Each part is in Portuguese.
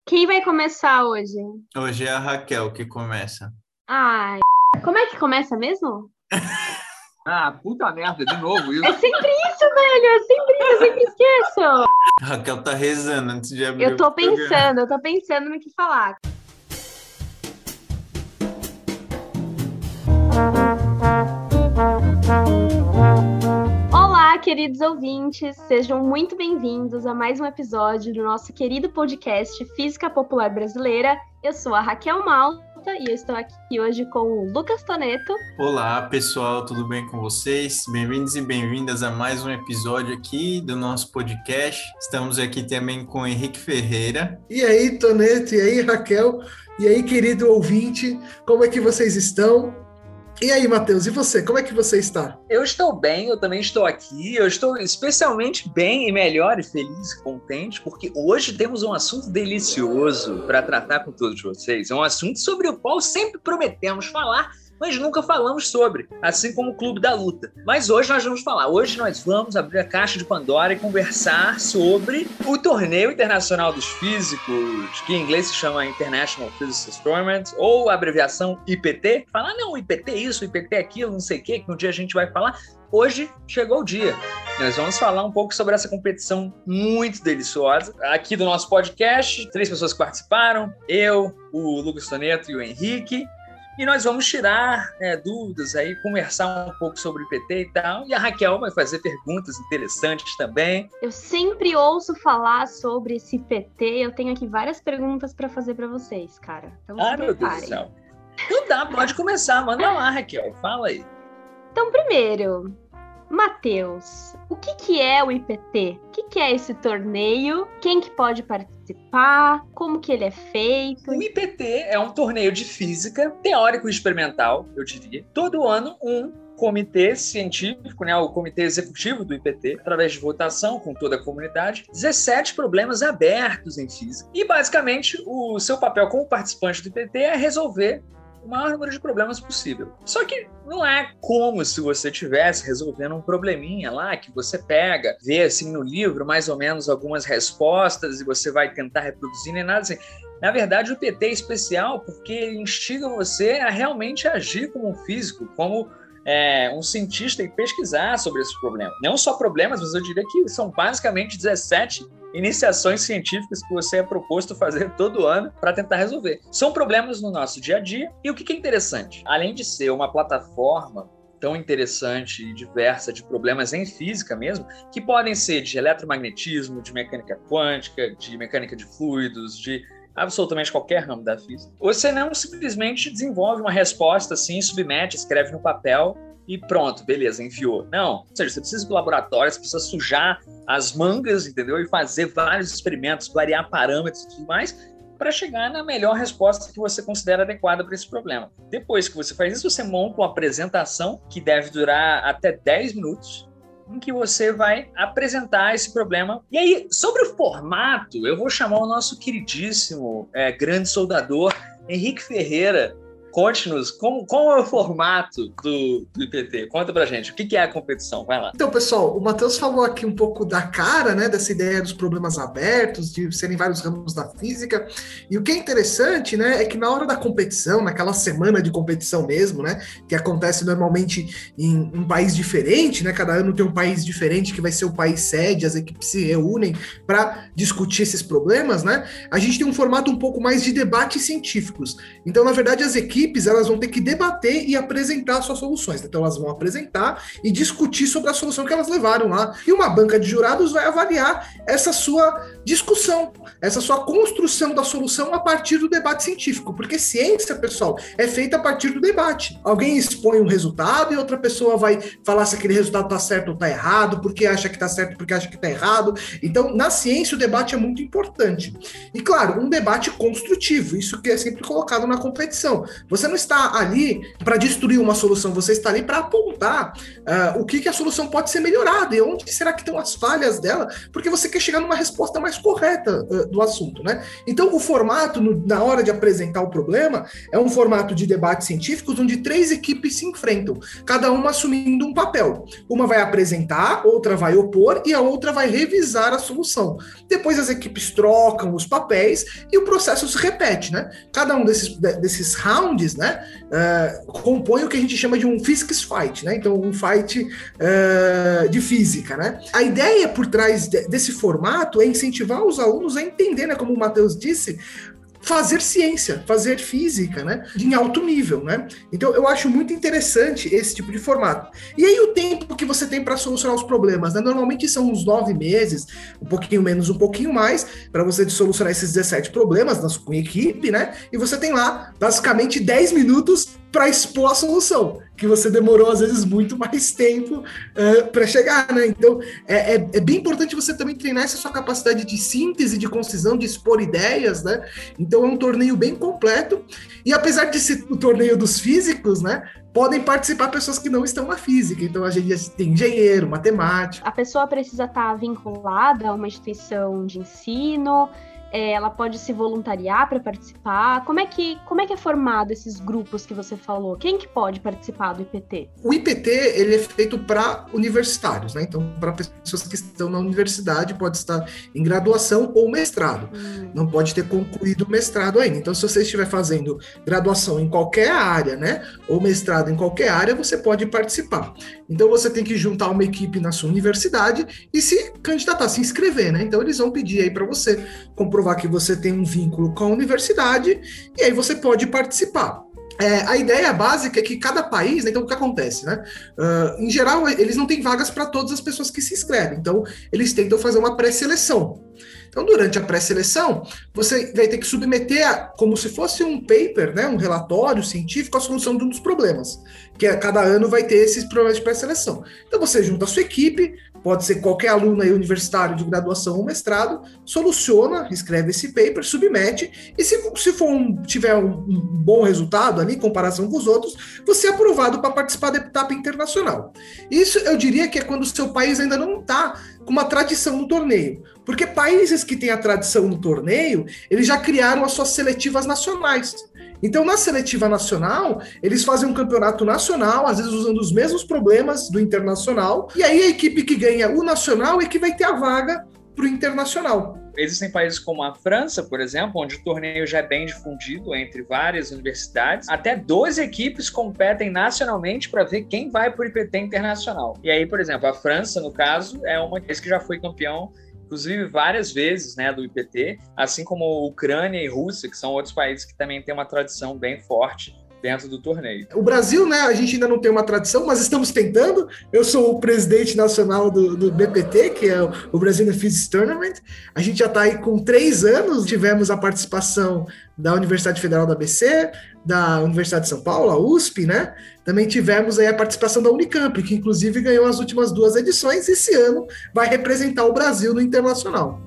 Quem vai começar hoje? Hoje é a Raquel que começa. Ai, como é que começa mesmo? Ah, puta merda, de novo É isso. sempre isso, velho. Eu sempre esqueço. A Raquel tá rezando antes de abrir Eu o tô programa. pensando, eu tô pensando no que falar. Olá, queridos ouvintes, sejam muito bem-vindos a mais um episódio do nosso querido podcast Física Popular Brasileira. Eu sou a Raquel Malta e eu estou aqui hoje com o Lucas Toneto. Olá, pessoal, tudo bem com vocês? Bem-vindos e bem-vindas a mais um episódio aqui do nosso podcast. Estamos aqui também com o Henrique Ferreira. E aí, Toneto, e aí, Raquel, e aí, querido ouvinte, como é que vocês estão? E aí, Matheus, e você, como é que você está? Eu estou bem, eu também estou aqui. Eu estou especialmente bem e melhor e feliz e contente, porque hoje temos um assunto delicioso para tratar com todos vocês. É um assunto sobre o qual sempre prometemos falar, mas nunca falamos sobre, assim como o Clube da Luta. Mas hoje nós vamos falar. Hoje nós vamos abrir a caixa de Pandora e conversar sobre o Torneio Internacional dos Físicos, que em inglês se chama International Physicist Tournament, ou a abreviação IPT. Falar, não, IPT isso, IPT aquilo, não sei o que um dia a gente vai falar. Hoje chegou o dia. Nós vamos falar um pouco sobre essa competição muito deliciosa. Aqui do nosso podcast, 3 pessoas que participaram, eu, o Lucas Toneto e o Henrique. E nós vamos tirar dúvidas aí, conversar um pouco sobre o IPT e tal. E a Raquel vai fazer perguntas interessantes também. Eu sempre ouço falar sobre esse IPT, eu tenho aqui várias perguntas para fazer para vocês, cara. Então se Meu Deus do preparem. céu. Então tá, pode começar. Manda lá, Raquel. Fala aí. Então, primeiro, Matheus, o que é o IPT? O que é esse torneio? Quem que pode participar? Como que ele é feito? O IPT é um torneio de física, teórico e experimental, eu diria. Todo ano, um comitê científico, né, o comitê executivo do IPT, através de votação com toda a comunidade, 17 problemas abertos em física. E, basicamente, o seu papel como participante do IPT é resolver o maior número de problemas possível. Só que não é como se você estivesse resolvendo um probleminha lá que você pega, vê assim no livro mais ou menos algumas respostas e você vai tentar reproduzir, nem nada assim. Na verdade, o IPT é especial porque ele instiga você a realmente agir como um físico, como um cientista e pesquisar sobre esses problemas. Não só problemas, mas eu diria que são basicamente 17 iniciações científicas que você é proposto fazer todo ano para tentar resolver. São problemas no nosso dia a dia. E o que é interessante? Além de ser uma plataforma tão interessante e diversa de problemas em física mesmo, que podem ser de eletromagnetismo, de mecânica quântica, de mecânica de fluidos, de absolutamente qualquer ramo da física. Você não simplesmente desenvolve uma resposta assim, submete, escreve no papel e pronto, beleza, enviou. Não, ou seja, você precisa ir para o laboratório, você precisa sujar as mangas, entendeu? E fazer vários experimentos, variar parâmetros e tudo mais, para chegar na melhor resposta que você considera adequada para esse problema. Depois que você faz isso, você monta uma apresentação que deve durar até 10 minutos, em que você vai apresentar esse problema. E aí, sobre o formato, eu vou chamar o nosso queridíssimo grande soldador, Henrique Ferreira. Conte-nos, qual é o formato do IPT? Conta pra gente, o que é a competição? Vai lá. Então, pessoal, o Matheus falou aqui um pouco da cara, né, dessa ideia dos problemas abertos, de serem vários ramos da física, e o que é interessante, né, é que na hora da competição, naquela semana de competição mesmo, né, que acontece normalmente em um país diferente, né, cada ano tem um país diferente que vai ser o país sede, as equipes se reúnem para discutir esses problemas, né, a gente tem um formato um pouco mais de debates científicos. Então, na verdade, as equipes elas vão ter que debater e apresentar suas soluções. Então elas vão apresentar e discutir sobre a solução que elas levaram lá. E uma banca de jurados vai avaliar essa sua discussão, essa sua construção da solução a partir do debate científico. Porque ciência, pessoal, é feita a partir do debate. Alguém expõe um resultado e outra pessoa vai falar se aquele resultado está certo ou está errado, porque acha que está certo, porque acha que está errado. Então, na ciência, o debate é muito importante. E, claro, um debate construtivo, isso que é sempre colocado na competição. Você não está ali para destruir uma solução, você está ali para apontar o que a solução pode ser melhorada e onde será que estão as falhas dela, porque você quer chegar numa resposta mais correta do assunto, né? Então, o formato, na hora de apresentar o problema, é um formato de debates científicos onde 3 equipes se enfrentam, cada uma assumindo um papel. Uma vai apresentar, outra vai opor e a outra vai revisar a solução. Depois as equipes trocam os papéis e o processo se repete, né? Cada um desses rounds, né, compõe o que a gente chama de um physics fight, né? Então, um fight de física, né? A ideia por trás desse formato é incentivar os alunos a entender, né, como o Matheus disse, fazer ciência, fazer física, né, em alto nível, né? Então eu acho muito interessante esse tipo de formato. E aí o tempo que você tem para solucionar os problemas, né? Normalmente são uns 9 meses, um pouquinho menos, um pouquinho mais, para você solucionar esses 17 problemas com equipe, né? E você tem lá basicamente 10 minutos para expor a solução, que você demorou às vezes muito mais tempo para chegar, né? Então é bem importante você também treinar essa sua capacidade de síntese, de concisão, de expor ideias, né? Então é um torneio bem completo, e apesar de ser o torneio dos físicos, né, podem participar pessoas que não estão na física. Então a gente tem engenheiro, matemático. A pessoa precisa estar vinculada a uma instituição de ensino, ela pode se voluntariar para participar. Como é que é formado esses grupos que você falou? Quem que pode participar do IPT? O IPT, ele é feito para universitários, né? Então, para pessoas que estão na universidade, pode estar em graduação ou mestrado. Não pode ter concluído o mestrado ainda. Então, se você estiver fazendo graduação em qualquer área, né, ou mestrado em qualquer área, você pode participar. Então, você tem que juntar uma equipe na sua universidade e se candidatar, se inscrever, né? Então, eles vão pedir aí para você comprovar que você tem um vínculo com a universidade, e aí você pode participar. A ideia básica é que cada país, né, então o que acontece, né? Em geral, eles não têm vagas para todas as pessoas que se inscrevem, então eles tentam fazer uma pré-seleção. Então, durante a pré-seleção, você vai ter que submeter como se fosse um paper, né, um relatório científico, a solução de um dos problemas, que cada ano vai ter esses problemas de pré-seleção. Então, você junta a sua equipe, pode ser qualquer aluno aí universitário de graduação ou mestrado, soluciona, escreve esse paper, submete, e se tiver um bom resultado ali, em comparação com os outros, você é aprovado para participar da etapa internacional. Isso, eu diria que é quando o seu país ainda não está com uma tradição no torneio, porque países que têm a tradição no torneio, eles já criaram as suas seletivas nacionais. Então, na seletiva nacional, eles fazem um campeonato nacional, às vezes usando os mesmos problemas do internacional, e aí a equipe que ganha o nacional é que vai ter a vaga para o internacional. Existem países como a França, por exemplo, onde o torneio já é bem difundido entre várias universidades. Até 12 equipes competem nacionalmente para ver quem vai para o IPT internacional. E aí, por exemplo, a França, no caso, é uma que já foi campeão, inclusive várias vezes, né, do IPT, assim como Ucrânia e Rússia, que são outros países que também têm uma tradição bem forte dentro do torneio. O Brasil, né, a gente ainda não tem uma tradição, mas estamos tentando. Eu sou o presidente nacional do BPT, que é o Brazilian Physics Tournament. A gente já está aí com 3 anos, tivemos a participação da Universidade Federal da ABC, da Universidade de São Paulo, a USP, né? Também tivemos aí a participação da Unicamp, que inclusive ganhou as últimas 2 edições, e esse ano vai representar o Brasil no internacional.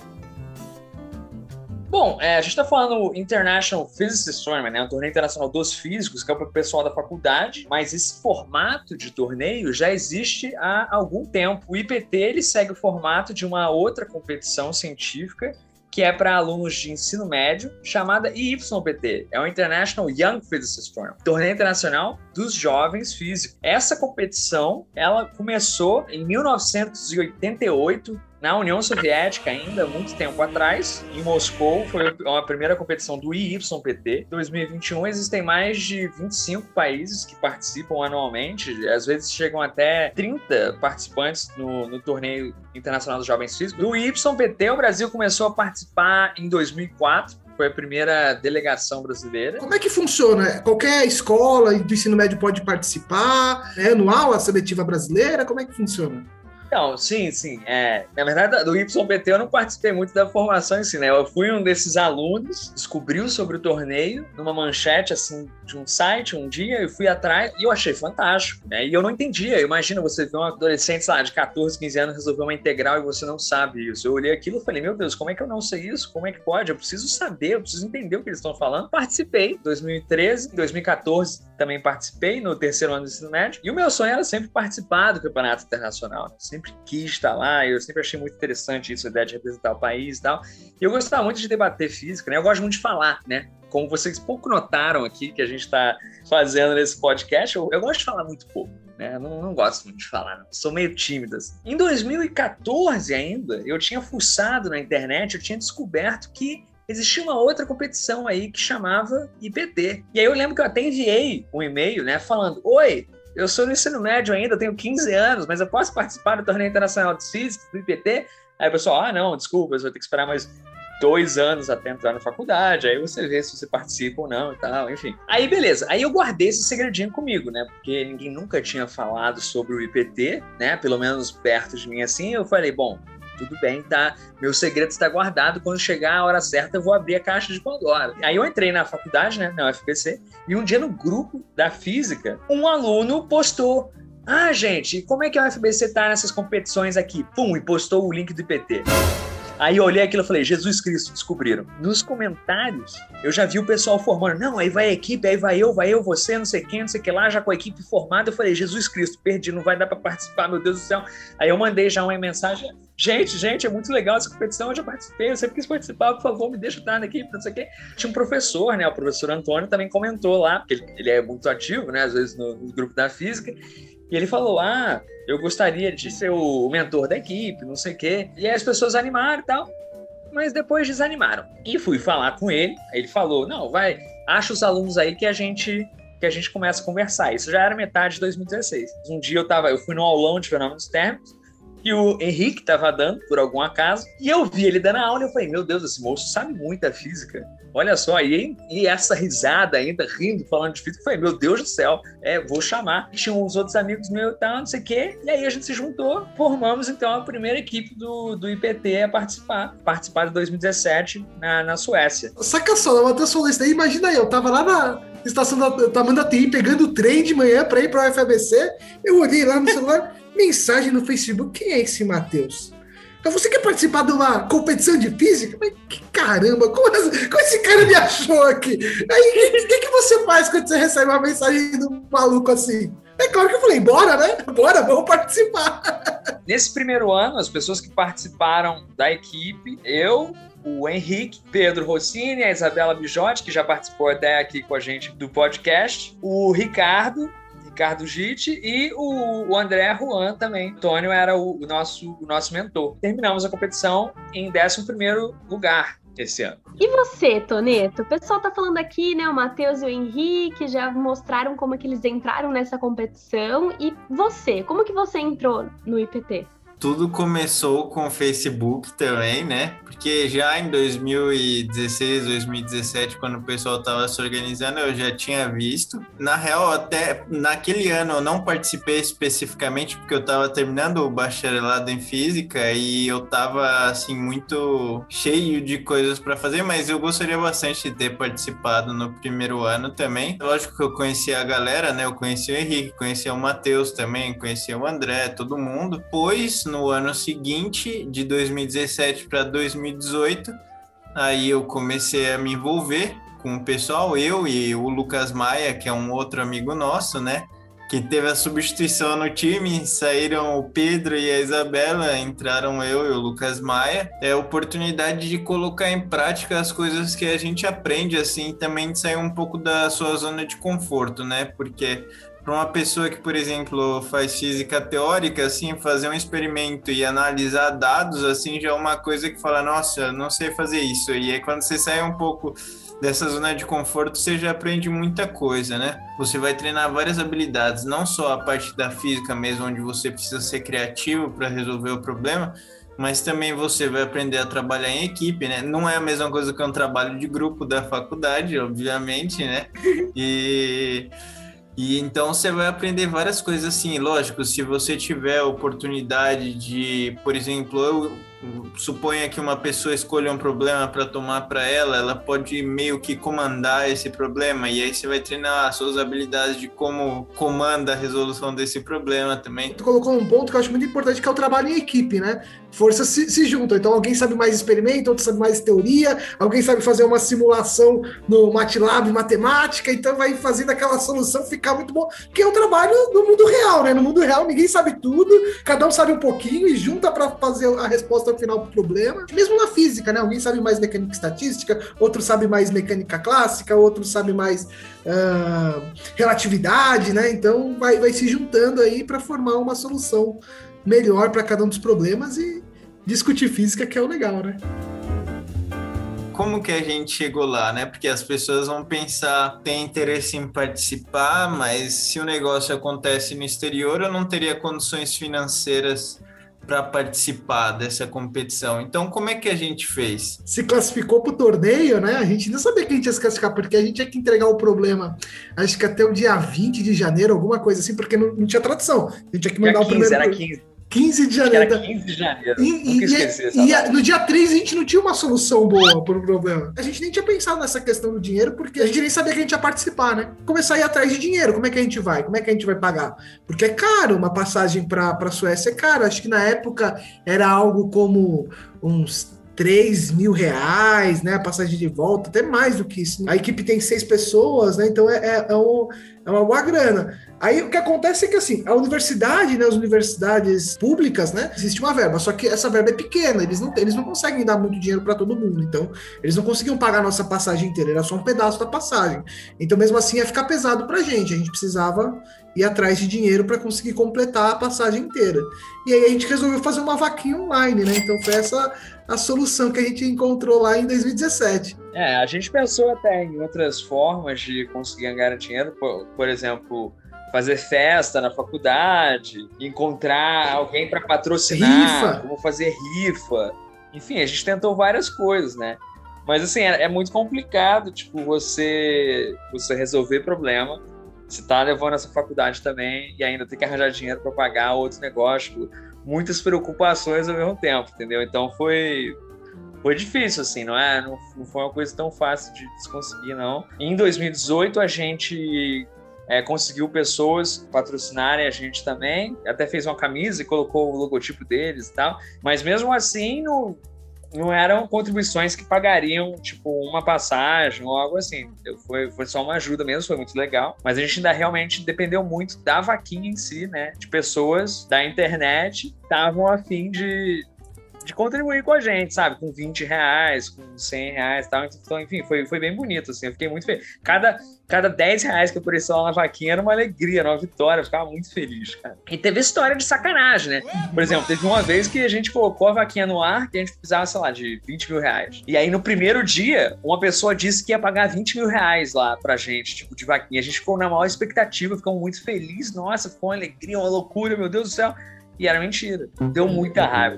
Bom, a gente está falando International Physicists Tournament, né? Um torneio internacional dos físicos, que é para o pessoal da faculdade, mas esse formato de torneio já existe há algum tempo. O IPT, ele segue o formato de uma outra competição científica, que é para alunos de ensino médio, chamada IYPT. É o International Young Physicists Tournament, torneio internacional dos jovens físicos. Essa competição, ela começou em 1988, na União Soviética ainda, muito tempo atrás, em Moscou, foi a primeira competição do IYPT. Em 2021, existem mais de 25 países que participam anualmente, às vezes chegam até 30 participantes no torneio internacional dos jovens físicos. Do IYPT, o Brasil começou a participar em 2004, foi a primeira delegação brasileira. Como é que funciona? Qualquer escola do ensino médio pode participar? É anual a seletiva brasileira? Como é que funciona? Então, sim. Na verdade, do YPT eu não participei muito da formação em si, né? Eu fui um desses alunos, descobriu sobre o torneio numa manchete, assim, de um site um dia, eu fui atrás e eu achei fantástico, né? E eu não entendia. Imagina você ver um adolescente, sei lá, de 14, 15 anos resolver uma integral e você não sabe isso. Eu olhei aquilo e falei, meu Deus, como é que eu não sei isso? Como é que pode? Eu preciso saber, eu preciso entender o que eles estão falando. Participei em 2013, em 2014 também participei no terceiro ano do ensino médio. E o meu sonho era sempre participar do campeonato internacional. Eu sempre quis estar lá, eu sempre achei muito interessante isso, a ideia de representar o país e tal. E eu gostava muito de debater física, né? Eu gosto muito de falar, né? Como vocês pouco notaram aqui que a gente está fazendo nesse podcast, eu gosto de falar muito pouco, né? Eu não gosto muito de falar, não. Sou meio tímido, assim. Em 2014 ainda, eu tinha fuçado na internet, eu tinha descoberto que existia uma outra competição aí que chamava IPT. E aí eu lembro que eu até enviei um e-mail, né, falando, oi, eu sou no ensino médio ainda, tenho 15 anos, mas eu posso participar do Torneio Internacional de Física, do IPT? Aí o pessoal, não, desculpa, você vai ter que esperar mais 2 anos até entrar na faculdade, aí você vê se você participa ou não e tal, enfim. Aí beleza, aí eu guardei esse segredinho comigo, né, porque ninguém nunca tinha falado sobre o IPT, né, pelo menos perto de mim assim, eu falei, bom, tudo bem, tá? Meu segredo está guardado. Quando chegar a hora certa, eu vou abrir a caixa de Pandora. Aí eu entrei na faculdade, né, na UFPC, e um dia no grupo da física, um aluno postou: gente, como é que a UFPC tá nessas competições aqui? Pum, e postou o link do IPT. Aí eu olhei aquilo e falei, Jesus Cristo, descobriram. Nos comentários, eu já vi o pessoal formando. Não, aí vai a equipe, aí vai eu, você, não sei quem, não sei o que lá, já com a equipe formada. Eu falei, Jesus Cristo, perdi, não vai dar pra participar, meu Deus do céu. Aí eu mandei já uma mensagem. Gente, é muito legal essa competição, eu já participei, eu sempre quis participar, por favor, me deixa estar na equipe, não sei o quê. Tinha um professor, né, o professor Antônio também comentou lá, porque ele é muito ativo, né, às vezes no grupo da física, e ele falou, eu gostaria de ser o mentor da equipe, não sei o quê. E aí as pessoas animaram e tal, mas depois desanimaram. E fui falar com ele, aí ele falou, não, vai, acha os alunos aí que a gente começa a conversar. Isso já era metade de 2016. Um dia eu fui no aulão de fenômenos térmicos, e o Henrique estava dando, por algum acaso, e eu vi ele dando a aula e eu falei, meu Deus, esse moço sabe muito da física. Olha só, e essa risada ainda, rindo, falando de física, eu falei, meu Deus do céu, vou chamar. Tinha uns outros amigos meus, não sei o quê, e aí a gente se juntou, formamos então a primeira equipe do IPT a participar de 2017 na Suécia. Saca só, o Matheus falou isso daí, imagina aí, eu tava lá na estação da Tamanduateí, pegando o trem de manhã para ir para o UFABC, eu olhei lá no celular, mensagem no Facebook, quem é esse Matheus? Você quer participar de uma competição de física? Mas que caramba, como esse cara me achou aqui? Aí, o que você faz quando você recebe uma mensagem do maluco assim? É claro que eu falei, bora, né? Bora, vamos participar. Nesse primeiro ano, as pessoas que participaram da equipe, eu, o Henrique, Pedro Rossini, a Isabela Bijotti, que já participou até aqui com a gente do podcast, o Ricardo Gitti e o André Juan também. Antônio era o nosso mentor. Terminamos a competição em 11º lugar esse ano. E você, Toneto? O pessoal tá falando aqui, né? O Matheus e o Henrique já mostraram como é que eles entraram nessa competição. E você? Como que você entrou no IPT? Tudo começou com o Facebook também, né? Porque já em 2016, 2017, quando o pessoal estava se organizando, eu já tinha visto. Na real, até naquele ano eu não participei especificamente porque eu estava terminando o bacharelado em física e eu estava assim muito cheio de coisas para fazer, mas eu gostaria bastante de ter participado no primeiro ano também. Lógico que eu conhecia a galera, né? Eu conhecia o Henrique, conhecia o Matheus também, conhecia o André, todo mundo. Pois no ano seguinte, de 2017 para 2018, aí eu comecei a me envolver com o pessoal, eu e o Lucas Maia, que é um outro amigo nosso, né? Que teve a substituição no time, saíram o Pedro e a Isabela, entraram eu e o Lucas Maia. É a oportunidade de colocar em prática as coisas que a gente aprende, assim, também de sair um pouco da sua zona de conforto, né? Porque para uma pessoa que, por exemplo, faz física teórica, assim, fazer um experimento e analisar dados, assim, já é uma coisa que fala, nossa, não sei fazer isso. E aí, quando você sai um pouco dessa zona de conforto, você já aprende muita coisa, né? Você vai treinar várias habilidades, não só a parte da física mesmo, onde você precisa ser criativo para resolver o problema, mas também você vai aprender a trabalhar em equipe, né? Não é a mesma coisa que um trabalho de grupo da faculdade, obviamente, né? E então você vai aprender várias coisas assim, lógico, se você tiver a oportunidade de, por exemplo, suponha que uma pessoa escolha um problema para tomar para ela, ela pode meio que comandar esse problema, e aí você vai treinar as suas habilidades de como comanda a resolução desse problema também. Tu colocou um ponto que eu acho muito importante, que é o trabalho em equipe, né? Forças se juntam. Então, alguém sabe mais experimento, outro sabe mais teoria, alguém sabe fazer uma simulação no MATLAB, matemática, então vai fazendo aquela solução ficar muito bom, que é o trabalho no mundo real, né? No mundo real, ninguém sabe tudo, cada um sabe um pouquinho e junta para fazer a resposta final pro problema. Mesmo na física, né? Alguém sabe mais mecânica e estatística, outro sabe mais mecânica clássica, outro sabe mais relatividade, né? Então, vai se juntando aí para formar uma solução melhor para cada um dos problemas e discutir física, que é o legal, né? Como que a gente chegou lá, né? Porque as pessoas vão pensar, tem interesse em participar, mas se o negócio acontece no exterior, eu não teria condições financeiras para participar dessa competição. Então, como é que a gente fez? Se classificou para o torneio, né? A gente não sabia que a gente ia se classificar, porque a gente tinha que entregar o problema, acho que até o dia 20 de janeiro, alguma coisa assim, porque não tinha tradução. A gente tinha que mandar o primeiro... Era 15. 15 de janeiro. Era 15 de janeiro. Nunca esqueci no dia 3 a gente não tinha uma solução boa para o problema. A gente nem tinha pensado nessa questão do dinheiro, porque a gente nem sabia que a gente ia participar, né? Começar a ir atrás de dinheiro. Como é que a gente vai? Como é que a gente vai pagar? Porque é caro, uma passagem para a Suécia é caro. Acho que na época era algo como uns R$3.000, né? A passagem de volta, até mais do que isso. A equipe tem 6 pessoas, né? Então é uma boa grana. Aí o que acontece é que assim, a universidade, né, as universidades públicas, né, existe uma verba, só que essa verba é pequena, eles não conseguem dar muito dinheiro para todo mundo, então eles não conseguiam pagar a nossa passagem inteira, era só um pedaço da passagem. Então mesmo assim ia ficar pesado pra gente, a gente precisava ir atrás de dinheiro para conseguir completar a passagem inteira. E aí a gente resolveu fazer uma vaquinha online, né? Então foi essa a solução que a gente encontrou lá em 2017. A gente pensou até em outras formas de conseguir ganhar dinheiro, por exemplo, fazer festa na faculdade, encontrar alguém para patrocinar, como fazer rifa. Enfim, a gente tentou várias coisas, né? Mas assim, é muito complicado, tipo, você resolver problema. Você tá levando essa faculdade também e ainda tem que arranjar dinheiro para pagar outro negócio, muitas preocupações ao mesmo tempo, entendeu? Então foi difícil, assim, não foi uma coisa tão fácil de se conseguir, não. Em 2018, a gente conseguiu pessoas patrocinarem a gente também, até fez uma camisa e colocou o logotipo deles e tal, mas mesmo assim não eram contribuições que pagariam, tipo, uma passagem ou algo assim. Foi só uma ajuda mesmo, foi muito legal. Mas a gente ainda realmente dependeu muito da vaquinha em si, né? De pessoas da internet que estavam a fim de contribuir com a gente, sabe? Com R$20, com R$100 e tal. Então, enfim, foi bem bonito, assim. Eu fiquei muito feliz. Cada R$10 que apareceu lá na vaquinha era uma alegria, era uma vitória. Eu ficava muito feliz, cara. E teve história de sacanagem, né? Por exemplo, teve uma vez que a gente colocou a vaquinha no ar que a gente precisava, sei lá, de R$20 mil. E aí, no primeiro dia, uma pessoa disse que ia pagar R$20 mil lá pra gente, tipo, de vaquinha. A gente ficou na maior expectativa, ficamos muito felizes. Nossa, ficou uma alegria, uma loucura, meu Deus do céu. E era mentira. Deu muita raiva.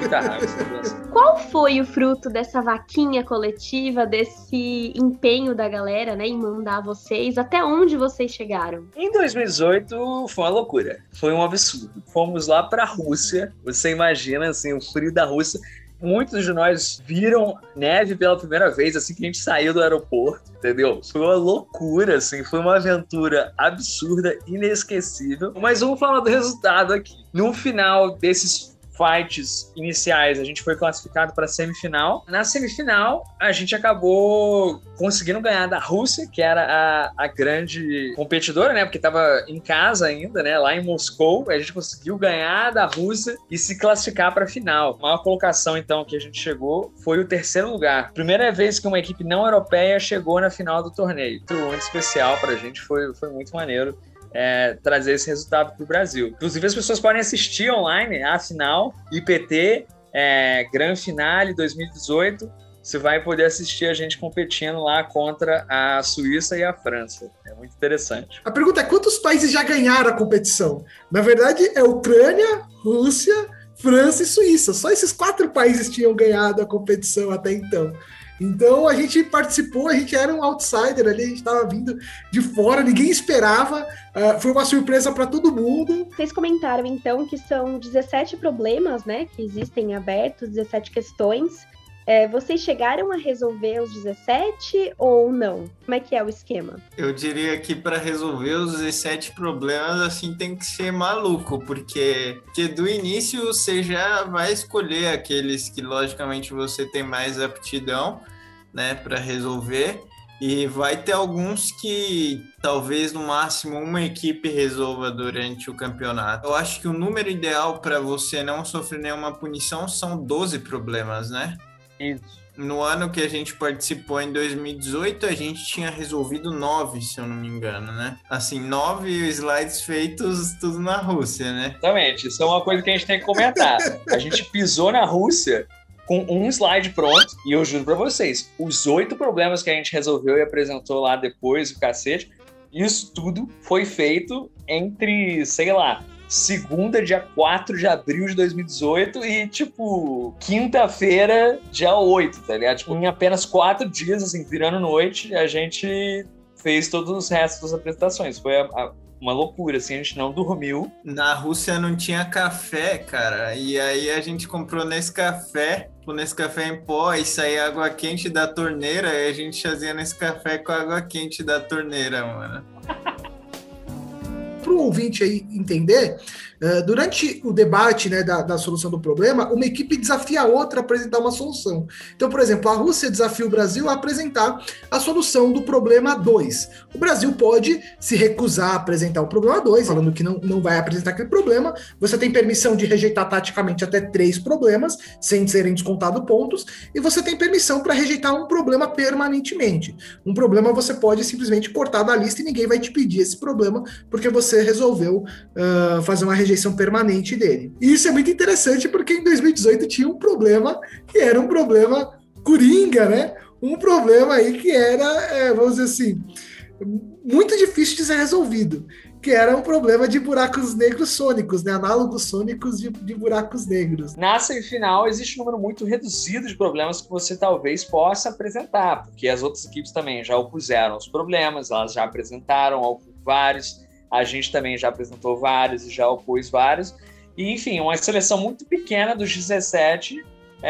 Qual foi o fruto dessa vaquinha coletiva, desse empenho da galera, né, em mandar vocês? Até onde vocês chegaram? Em 2018 foi uma loucura. Foi um absurdo. Fomos lá pra Rússia. Você imagina, assim, o frio da Rússia. Muitos de nós viram neve pela primeira vez assim que a gente saiu do aeroporto, entendeu? Foi uma loucura, assim, foi uma aventura absurda, inesquecível. Mas vamos falar do resultado aqui. No final desses fights iniciais, a gente foi classificado para a semifinal. Na semifinal, a gente acabou conseguindo ganhar da Rússia, que era a grande competidora, né? Porque estava em casa ainda, né? Lá em Moscou, a gente conseguiu ganhar da Rússia e se classificar para a final. A maior colocação, então, que a gente chegou foi o 3º lugar. Primeira vez que uma equipe não europeia chegou na final do torneio. Muito especial para a gente, foi muito maneiro. Trazer esse resultado para o Brasil. Inclusive, as pessoas podem assistir online a final, IPT, Grand Finale 2018. Você vai poder assistir a gente competindo lá contra a Suíça e a França. É muito interessante. A pergunta é: quantos países já ganharam a competição? Na verdade, é Ucrânia, Rússia, França e Suíça. Só esses 4 países tinham ganhado a competição até então. Então a gente participou, a gente era um outsider ali, a gente estava vindo de fora, ninguém esperava, foi uma surpresa para todo mundo. Vocês comentaram então que são 17 problemas, né, que existem abertos, 17 questões. Vocês chegaram a resolver os 17 ou não? Como é que é o esquema? Eu diria que para resolver os 17 problemas, assim, tem que ser maluco, porque do início você já vai escolher aqueles que, logicamente, você tem mais aptidão, né, para resolver, e vai ter alguns que talvez no máximo uma equipe resolva durante o campeonato. Eu acho que o número ideal para você não sofrer nenhuma punição são 12 problemas, né? Isso. No ano que a gente participou, em 2018, a gente tinha resolvido 9, se eu não me engano, né? Assim, 9 slides feitos tudo na Rússia, né? Exatamente, isso é uma coisa que a gente tem que comentar. A gente pisou na Rússia com um slide pronto, e eu juro pra vocês, os 8 problemas que a gente resolveu e apresentou lá depois, o cacete, isso tudo foi feito entre, sei lá, segunda, dia 4 de abril de 2018 e, tipo, quinta-feira, dia 8, tá ligado? Tipo, em apenas 4 dias, assim, virando noite, a gente fez todos os restos das apresentações. Foi uma loucura, assim, a gente não dormiu. Na Rússia não tinha café, cara, e aí a gente comprou Nescafé, o Nescafé em pó, e saía água quente da torneira, e a gente fazia Nescafé com água quente da torneira, mano. Para o ouvinte aí entender, durante o debate, né, da solução do problema, uma equipe desafia a outra a apresentar uma solução. Então, por exemplo, a Rússia desafia o Brasil a apresentar a solução do problema 2. O Brasil pode se recusar a apresentar o problema 2, falando que não vai apresentar aquele problema. Você tem permissão de rejeitar taticamente até 3 problemas, sem serem descontados pontos, e você tem permissão para rejeitar um problema permanentemente. Um problema você pode simplesmente cortar da lista e ninguém vai te pedir esse problema, porque você resolveu fazer uma rejeição permanente dele. E isso é muito interessante porque em 2018 tinha um problema que era um problema coringa, né? Um problema aí que era, vamos dizer assim, muito difícil de ser resolvido, que era um problema de buracos negros sônicos, né? Análogos sônicos de buracos negros. Na semifinal, existe um número muito reduzido de problemas que você talvez possa apresentar, porque as outras equipes também já opuseram os problemas, elas já apresentaram vários, a gente também já apresentou vários e já opôs vários. E, enfim, uma seleção muito pequena dos 17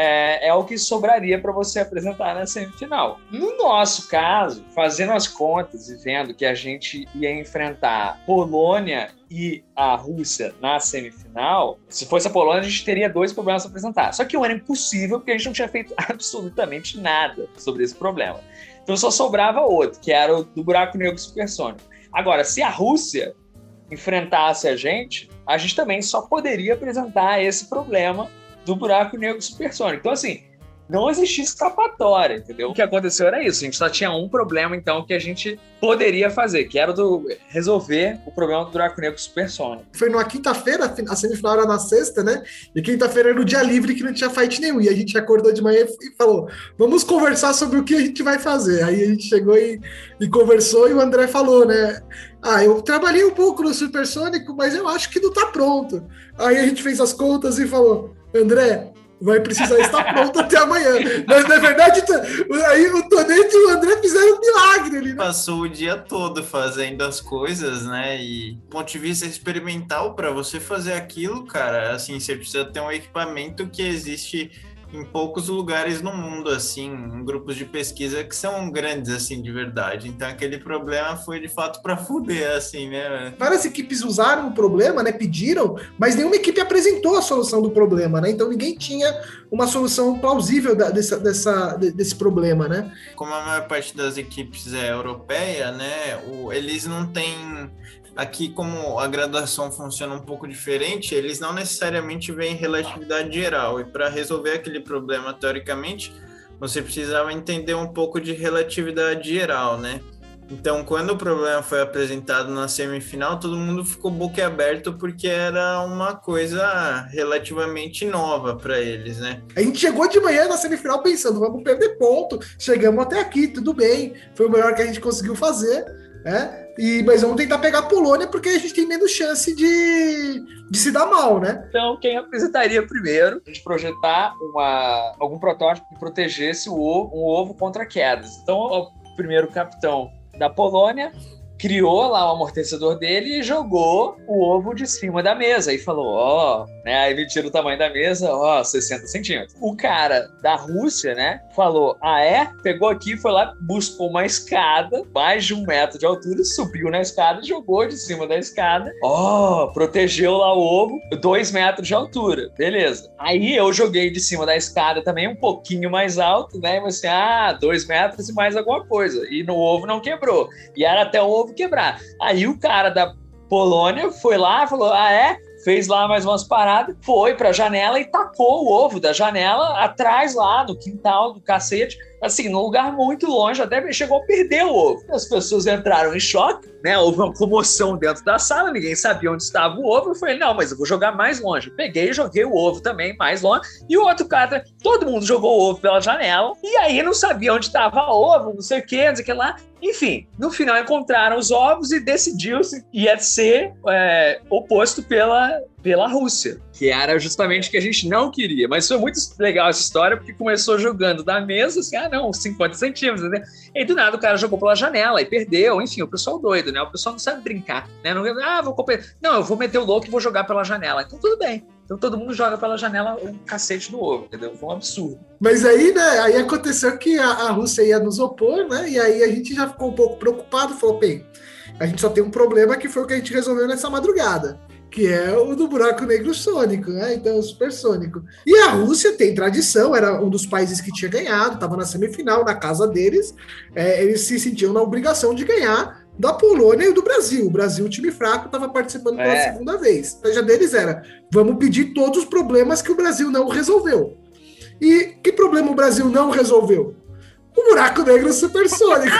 é o que sobraria para você apresentar na semifinal. No nosso caso, fazendo as contas e vendo que a gente ia enfrentar Polônia e a Rússia na semifinal, se fosse a Polônia, a gente teria 2 problemas a apresentar. Só que era impossível, porque a gente não tinha feito absolutamente nada sobre esse problema. Então só sobrava outro, que era o do buraco negro supersônico. Agora, se a Rússia enfrentasse a gente também só poderia apresentar esse problema do buraco negro supersônico. Então, assim, não existia escapatória, entendeu? O que aconteceu era isso, a gente só tinha um problema, então, que a gente poderia fazer, que era resolver o problema do buraco negro supersônico. Foi numa quinta-feira, a semifinal era na sexta, né? E quinta-feira era o dia livre que não tinha fight nenhum. E a gente acordou de manhã e falou, vamos conversar sobre o que a gente vai fazer. Aí a gente chegou e conversou e o André falou, né? Eu trabalhei um pouco no supersônico, mas eu acho que não tá pronto. Aí a gente fez as contas e falou, André, vai precisar estar pronto até amanhã. Mas, na verdade, aí o Tonete e o André fizeram um milagre ali, né? Passou o dia todo fazendo as coisas, né? E do ponto de vista experimental, para você fazer aquilo, cara, assim, você precisa ter um equipamento que existe em poucos lugares no mundo, assim, em grupos de pesquisa que são grandes, assim, de verdade. Então, aquele problema foi, de fato, para fuder, assim, né? Várias equipes usaram o problema, né, pediram, mas nenhuma equipe apresentou a solução do problema, né? Então, ninguém tinha uma solução plausível desse problema, né? Como a maior parte das equipes é europeia, né, eles não têm... Aqui, como a graduação funciona um pouco diferente, eles não necessariamente veem relatividade geral. E para resolver aquele problema, teoricamente, você precisava entender um pouco de relatividade geral, né? Então, quando o problema foi apresentado na semifinal, todo mundo ficou boquiaberto porque era uma coisa relativamente nova para eles, né? A gente chegou de manhã na semifinal pensando, vamos perder ponto, chegamos até aqui, tudo bem, foi o melhor que a gente conseguiu fazer. Mas vamos tentar pegar a Polônia porque a gente tem menos chance de se dar mal, né? Então, quem apresentaria primeiro, a gente projetar algum protótipo que protegesse um ovo contra quedas. Então, o primeiro capitão da Polônia criou lá o amortecedor dele e jogou o ovo de cima da mesa. E falou, aí ele tira o tamanho da mesa, 60 centímetros. O cara da Rússia, né, falou, pegou aqui, foi lá, buscou uma escada, mais de 1 metro de altura, subiu na escada e jogou de cima da escada. Protegeu lá o ovo, 2 metros de altura. Beleza. Aí eu joguei de cima da escada também, um pouquinho mais alto, né, e assim, 2 metros e mais alguma coisa. E no ovo não quebrou. E era até o ovo quebrar. Aí o cara da Polônia foi lá, falou, fez lá mais umas paradas, foi pra janela e tacou o ovo da janela atrás lá no quintal do cacete, assim, num lugar muito longe, até chegou a perder o ovo. As pessoas entraram em choque, né? Houve uma comoção dentro da sala, ninguém sabia onde estava o ovo. Eu falei, não, mas eu vou jogar mais longe. Peguei e joguei o ovo também mais longe. E o outro cara, todo mundo jogou o ovo pela janela. E aí não sabia onde estava o ovo, não sei o que, não sei o que lá. Enfim, no final encontraram os ovos e decidiu-se que ia ser oposto pela Rússia, que era justamente o que a gente não queria. Mas foi muito legal essa história, porque começou jogando da mesa, assim, 50 centímetros, entendeu? E do nada o cara jogou pela janela e perdeu. Enfim, o pessoal doido, né? O pessoal não sabe brincar, né? Não, eu vou meter o louco e vou jogar pela janela. Então tudo bem. Então todo mundo joga pela janela o cacete do ovo, entendeu? Foi um absurdo. Mas aí, né, aí aconteceu que a Rússia ia nos opor, né? E aí a gente já ficou um pouco preocupado, falou, bem, a gente só tem um problema que foi o que a gente resolveu nessa madrugada, que é o do buraco negro sônico, né? Então, supersônico. E a Rússia tem tradição, era um dos países que tinha ganhado, estava na semifinal, na casa deles, eles se sentiam na obrigação de ganhar da Polônia e do Brasil. O Brasil, o time fraco, estava participando pela segunda vez. A estratégia deles era, vamos pedir todos os problemas que o Brasil não resolveu. E que problema o Brasil não resolveu? O buraco negro supersônico.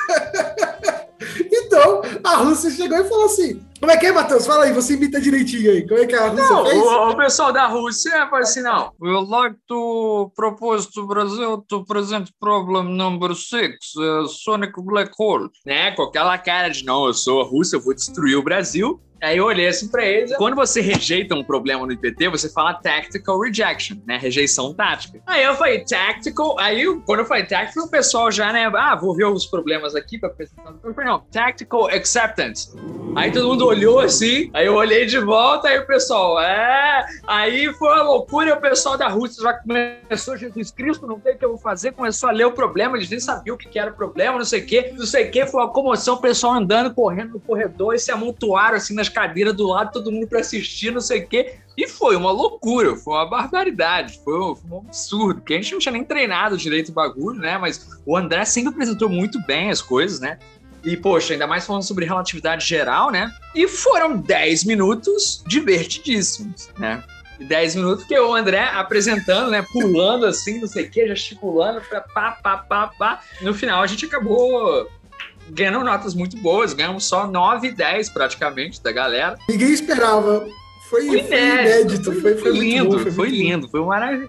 Então, a Rússia chegou e falou assim, como é que é, Matheus? Fala aí, você imita direitinho aí. Como é que a Rússia fez? O pessoal da Rússia falou assim, não. We'd like to propose to Brazil to present problem number 6, Sonic Black Hole. Né? Com aquela cara de, não, eu sou a Rússia, eu vou destruir o Brasil. Aí eu olhei assim pra eles. Quando você rejeita um problema no IPT, você fala tactical rejection, né? Rejeição tática. Aí eu falei tactical. Aí quando eu falei tactical, o pessoal já, né? Vou ver os problemas aqui pra apresentar. Eu falei, não, tactical acceptance. Aí todo mundo olhou assim. Aí eu olhei de volta. Aí o pessoal, Aí foi uma loucura. E o pessoal da Rússia já começou, Jesus Cristo, não sei o que eu vou fazer. Começou a ler o problema. Eles nem sabiam o que era o problema, não sei o que. Não sei o que. Foi uma comoção. O pessoal andando, correndo no corredor e se amontoaram assim nas cadeiras do lado, todo mundo para assistir, não sei o quê. E foi uma loucura, foi uma barbaridade, foi um absurdo, porque a gente não tinha nem treinado direito o bagulho, né? Mas o André sempre apresentou muito bem as coisas, né? E, poxa, ainda mais falando sobre relatividade geral, né? E foram 10 minutos divertidíssimos, né? 10 minutos que o André apresentando, né? Pulando assim, não sei o quê, gesticulando, pá. No final a gente acabou ganhando notas muito boas, ganhamos só 9 e 10 praticamente da galera. Ninguém esperava. Foi inédito. Foi lindo, muito bom, foi lindo, foi maravilhoso.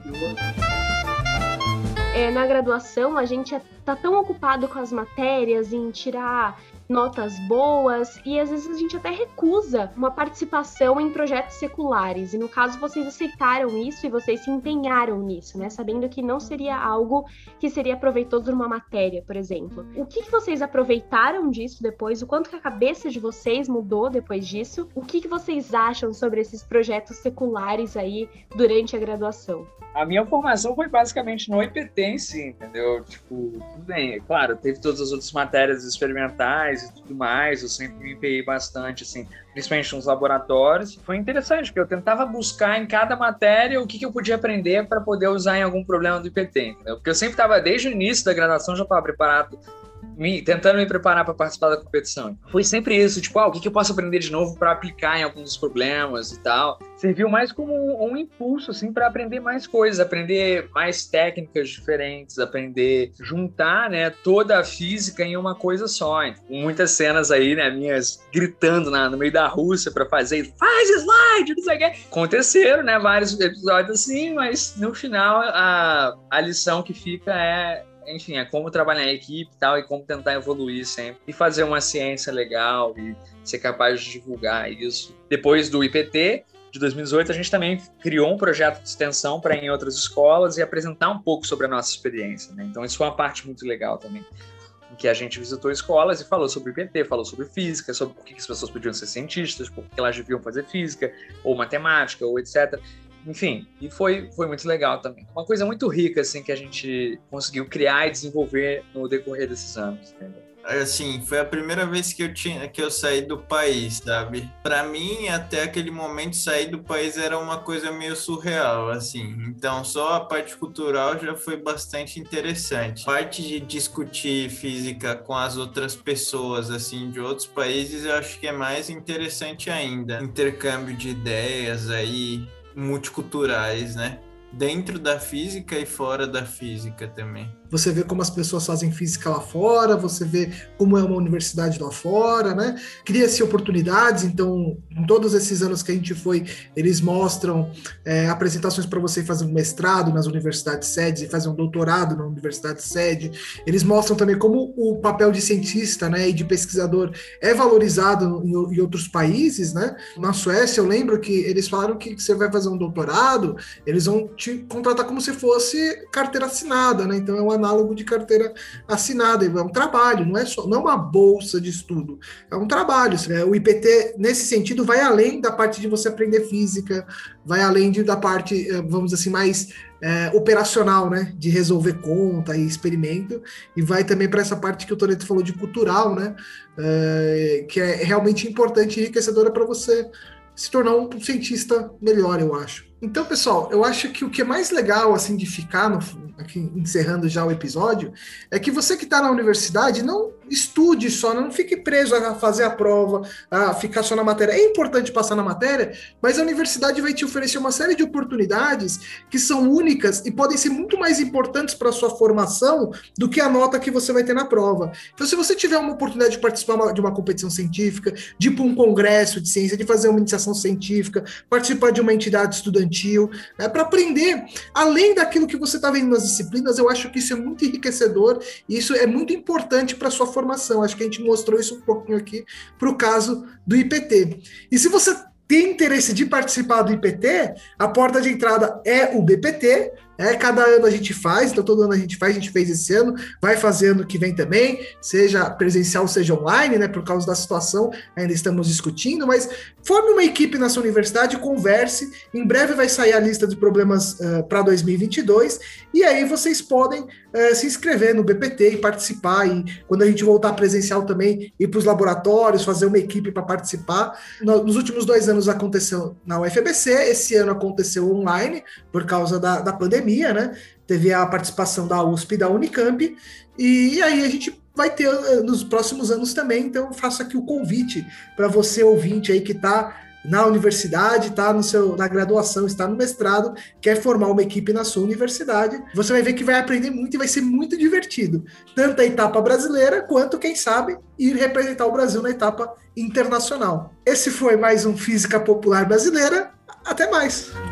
Na graduação, a gente tá tão ocupado com as matérias, em tirar notas boas, e às vezes a gente até recusa uma participação em projetos seculares. E no caso, vocês aceitaram isso e vocês se empenharam nisso, né? Sabendo que não seria algo que seria proveitoso numa matéria, por exemplo. O que vocês aproveitaram disso depois? O quanto que a cabeça de vocês mudou depois disso? O que vocês acham sobre esses projetos seculares aí durante a graduação? A minha formação foi basicamente no IPT em si, entendeu? Tipo, tudo bem, é claro, teve todas as outras matérias experimentais e tudo mais, eu sempre me empenhei bastante, assim, principalmente nos laboratórios. Foi interessante, porque eu tentava buscar em cada matéria o que eu podia aprender para poder usar em algum problema do IPT, entendeu? Porque eu sempre estava, desde o início da graduação, já estava preparado, tentando me preparar para participar da competição. Foi sempre isso, tipo, o que eu posso aprender de novo para aplicar em alguns dos problemas e tal. Serviu mais como um impulso, assim, para aprender mais coisas, aprender mais técnicas diferentes, aprender, juntar, né, toda a física em uma coisa só. Muitas cenas aí, né, minhas gritando no meio da Rússia para fazer, faz slide, não sei o quê. Aconteceram, né, vários episódios assim, mas no final a lição que fica é enfim, é como trabalhar em equipe e tal, e como tentar evoluir sempre, e fazer uma ciência legal, e ser capaz de divulgar isso. Depois do IPT, de 2018, a gente também criou um projeto de extensão para ir em outras escolas e apresentar um pouco sobre a nossa experiência, né? Então, isso foi uma parte muito legal também, em que a gente visitou escolas e falou sobre IPT, falou sobre física, sobre por que as pessoas podiam ser cientistas, por que elas deviam fazer física, ou matemática, ou etc. Enfim, e foi muito legal também. Uma coisa muito rica, assim, que a gente conseguiu criar e desenvolver no decorrer desses anos, entendeu? Assim, foi a primeira vez que eu saí do país, sabe? Para mim, até aquele momento, sair do país era uma coisa meio surreal, assim. Então, só a parte cultural já foi bastante interessante. A parte de discutir física com as outras pessoas, assim, de outros países, eu acho que é mais interessante ainda. Intercâmbio de ideias aí, multiculturais, né? Dentro da física e fora da física também. Você vê como as pessoas fazem física lá fora, você vê como é uma universidade lá fora, né? Cria-se oportunidades, então, em todos esses anos que a gente foi, eles mostram apresentações para você fazer um mestrado nas universidades sedes e fazer um doutorado na universidade sede. Eles mostram também como o papel de cientista, né, e de pesquisador é valorizado em outros países, né? Na Suécia, eu lembro que eles falaram que você vai fazer um doutorado, eles vão te contratar como se fosse carteira assinada, né? Então, é um análogo de carteira assinada, é um trabalho, não é uma bolsa de estudo, é um trabalho. O IPT, nesse sentido, vai além da parte de você aprender física, vai além da parte, vamos dizer assim, mais operacional, né, de resolver conta e experimento, e vai também para essa parte que o Toneto falou de cultural, né, que é realmente importante e enriquecedora para você se tornar um cientista melhor, eu acho. Então, pessoal, eu acho que o que é mais legal, assim, de ficar, aqui encerrando já o episódio, é que você que está na universidade não estude só, não fique preso a fazer a prova, a ficar só na matéria. É importante passar na matéria, mas a universidade vai te oferecer uma série de oportunidades que são únicas e podem ser muito mais importantes para a sua formação do que a nota que você vai ter na prova. Então, se você tiver uma oportunidade de participar de uma competição científica, de ir para um congresso de ciência, de fazer uma iniciação científica, participar de uma entidade estudantil, para aprender, além daquilo que você está vendo nas disciplinas, eu acho que isso é muito enriquecedor e isso é muito importante para a sua formação. Acho que a gente mostrou isso um pouquinho aqui para o caso do IPT. E se você tem interesse de participar do IPT, a porta de entrada é o BPT. Cada ano a gente faz, então todo ano a gente fez esse ano, vai fazer ano que vem também, seja presencial, seja online, né, por causa da situação, ainda estamos discutindo, mas forme uma equipe na sua universidade, converse, em breve vai sair a lista de problemas para 2022, e aí vocês podem se inscrever no BPT e participar, e quando a gente voltar presencial também, ir para os laboratórios, fazer uma equipe para participar. Nos últimos 2 anos aconteceu na UFABC, esse ano aconteceu online, por causa da pandemia, né? Teve a participação da USP e da Unicamp, e aí a gente vai ter nos próximos anos também, então faço aqui o convite para você, ouvinte aí que está na universidade, está na graduação, está no mestrado, quer formar uma equipe na sua universidade, você vai ver que vai aprender muito e vai ser muito divertido, tanto a etapa brasileira, quanto, quem sabe, ir representar o Brasil na etapa internacional. Esse foi mais um Física Popular Brasileira, até mais!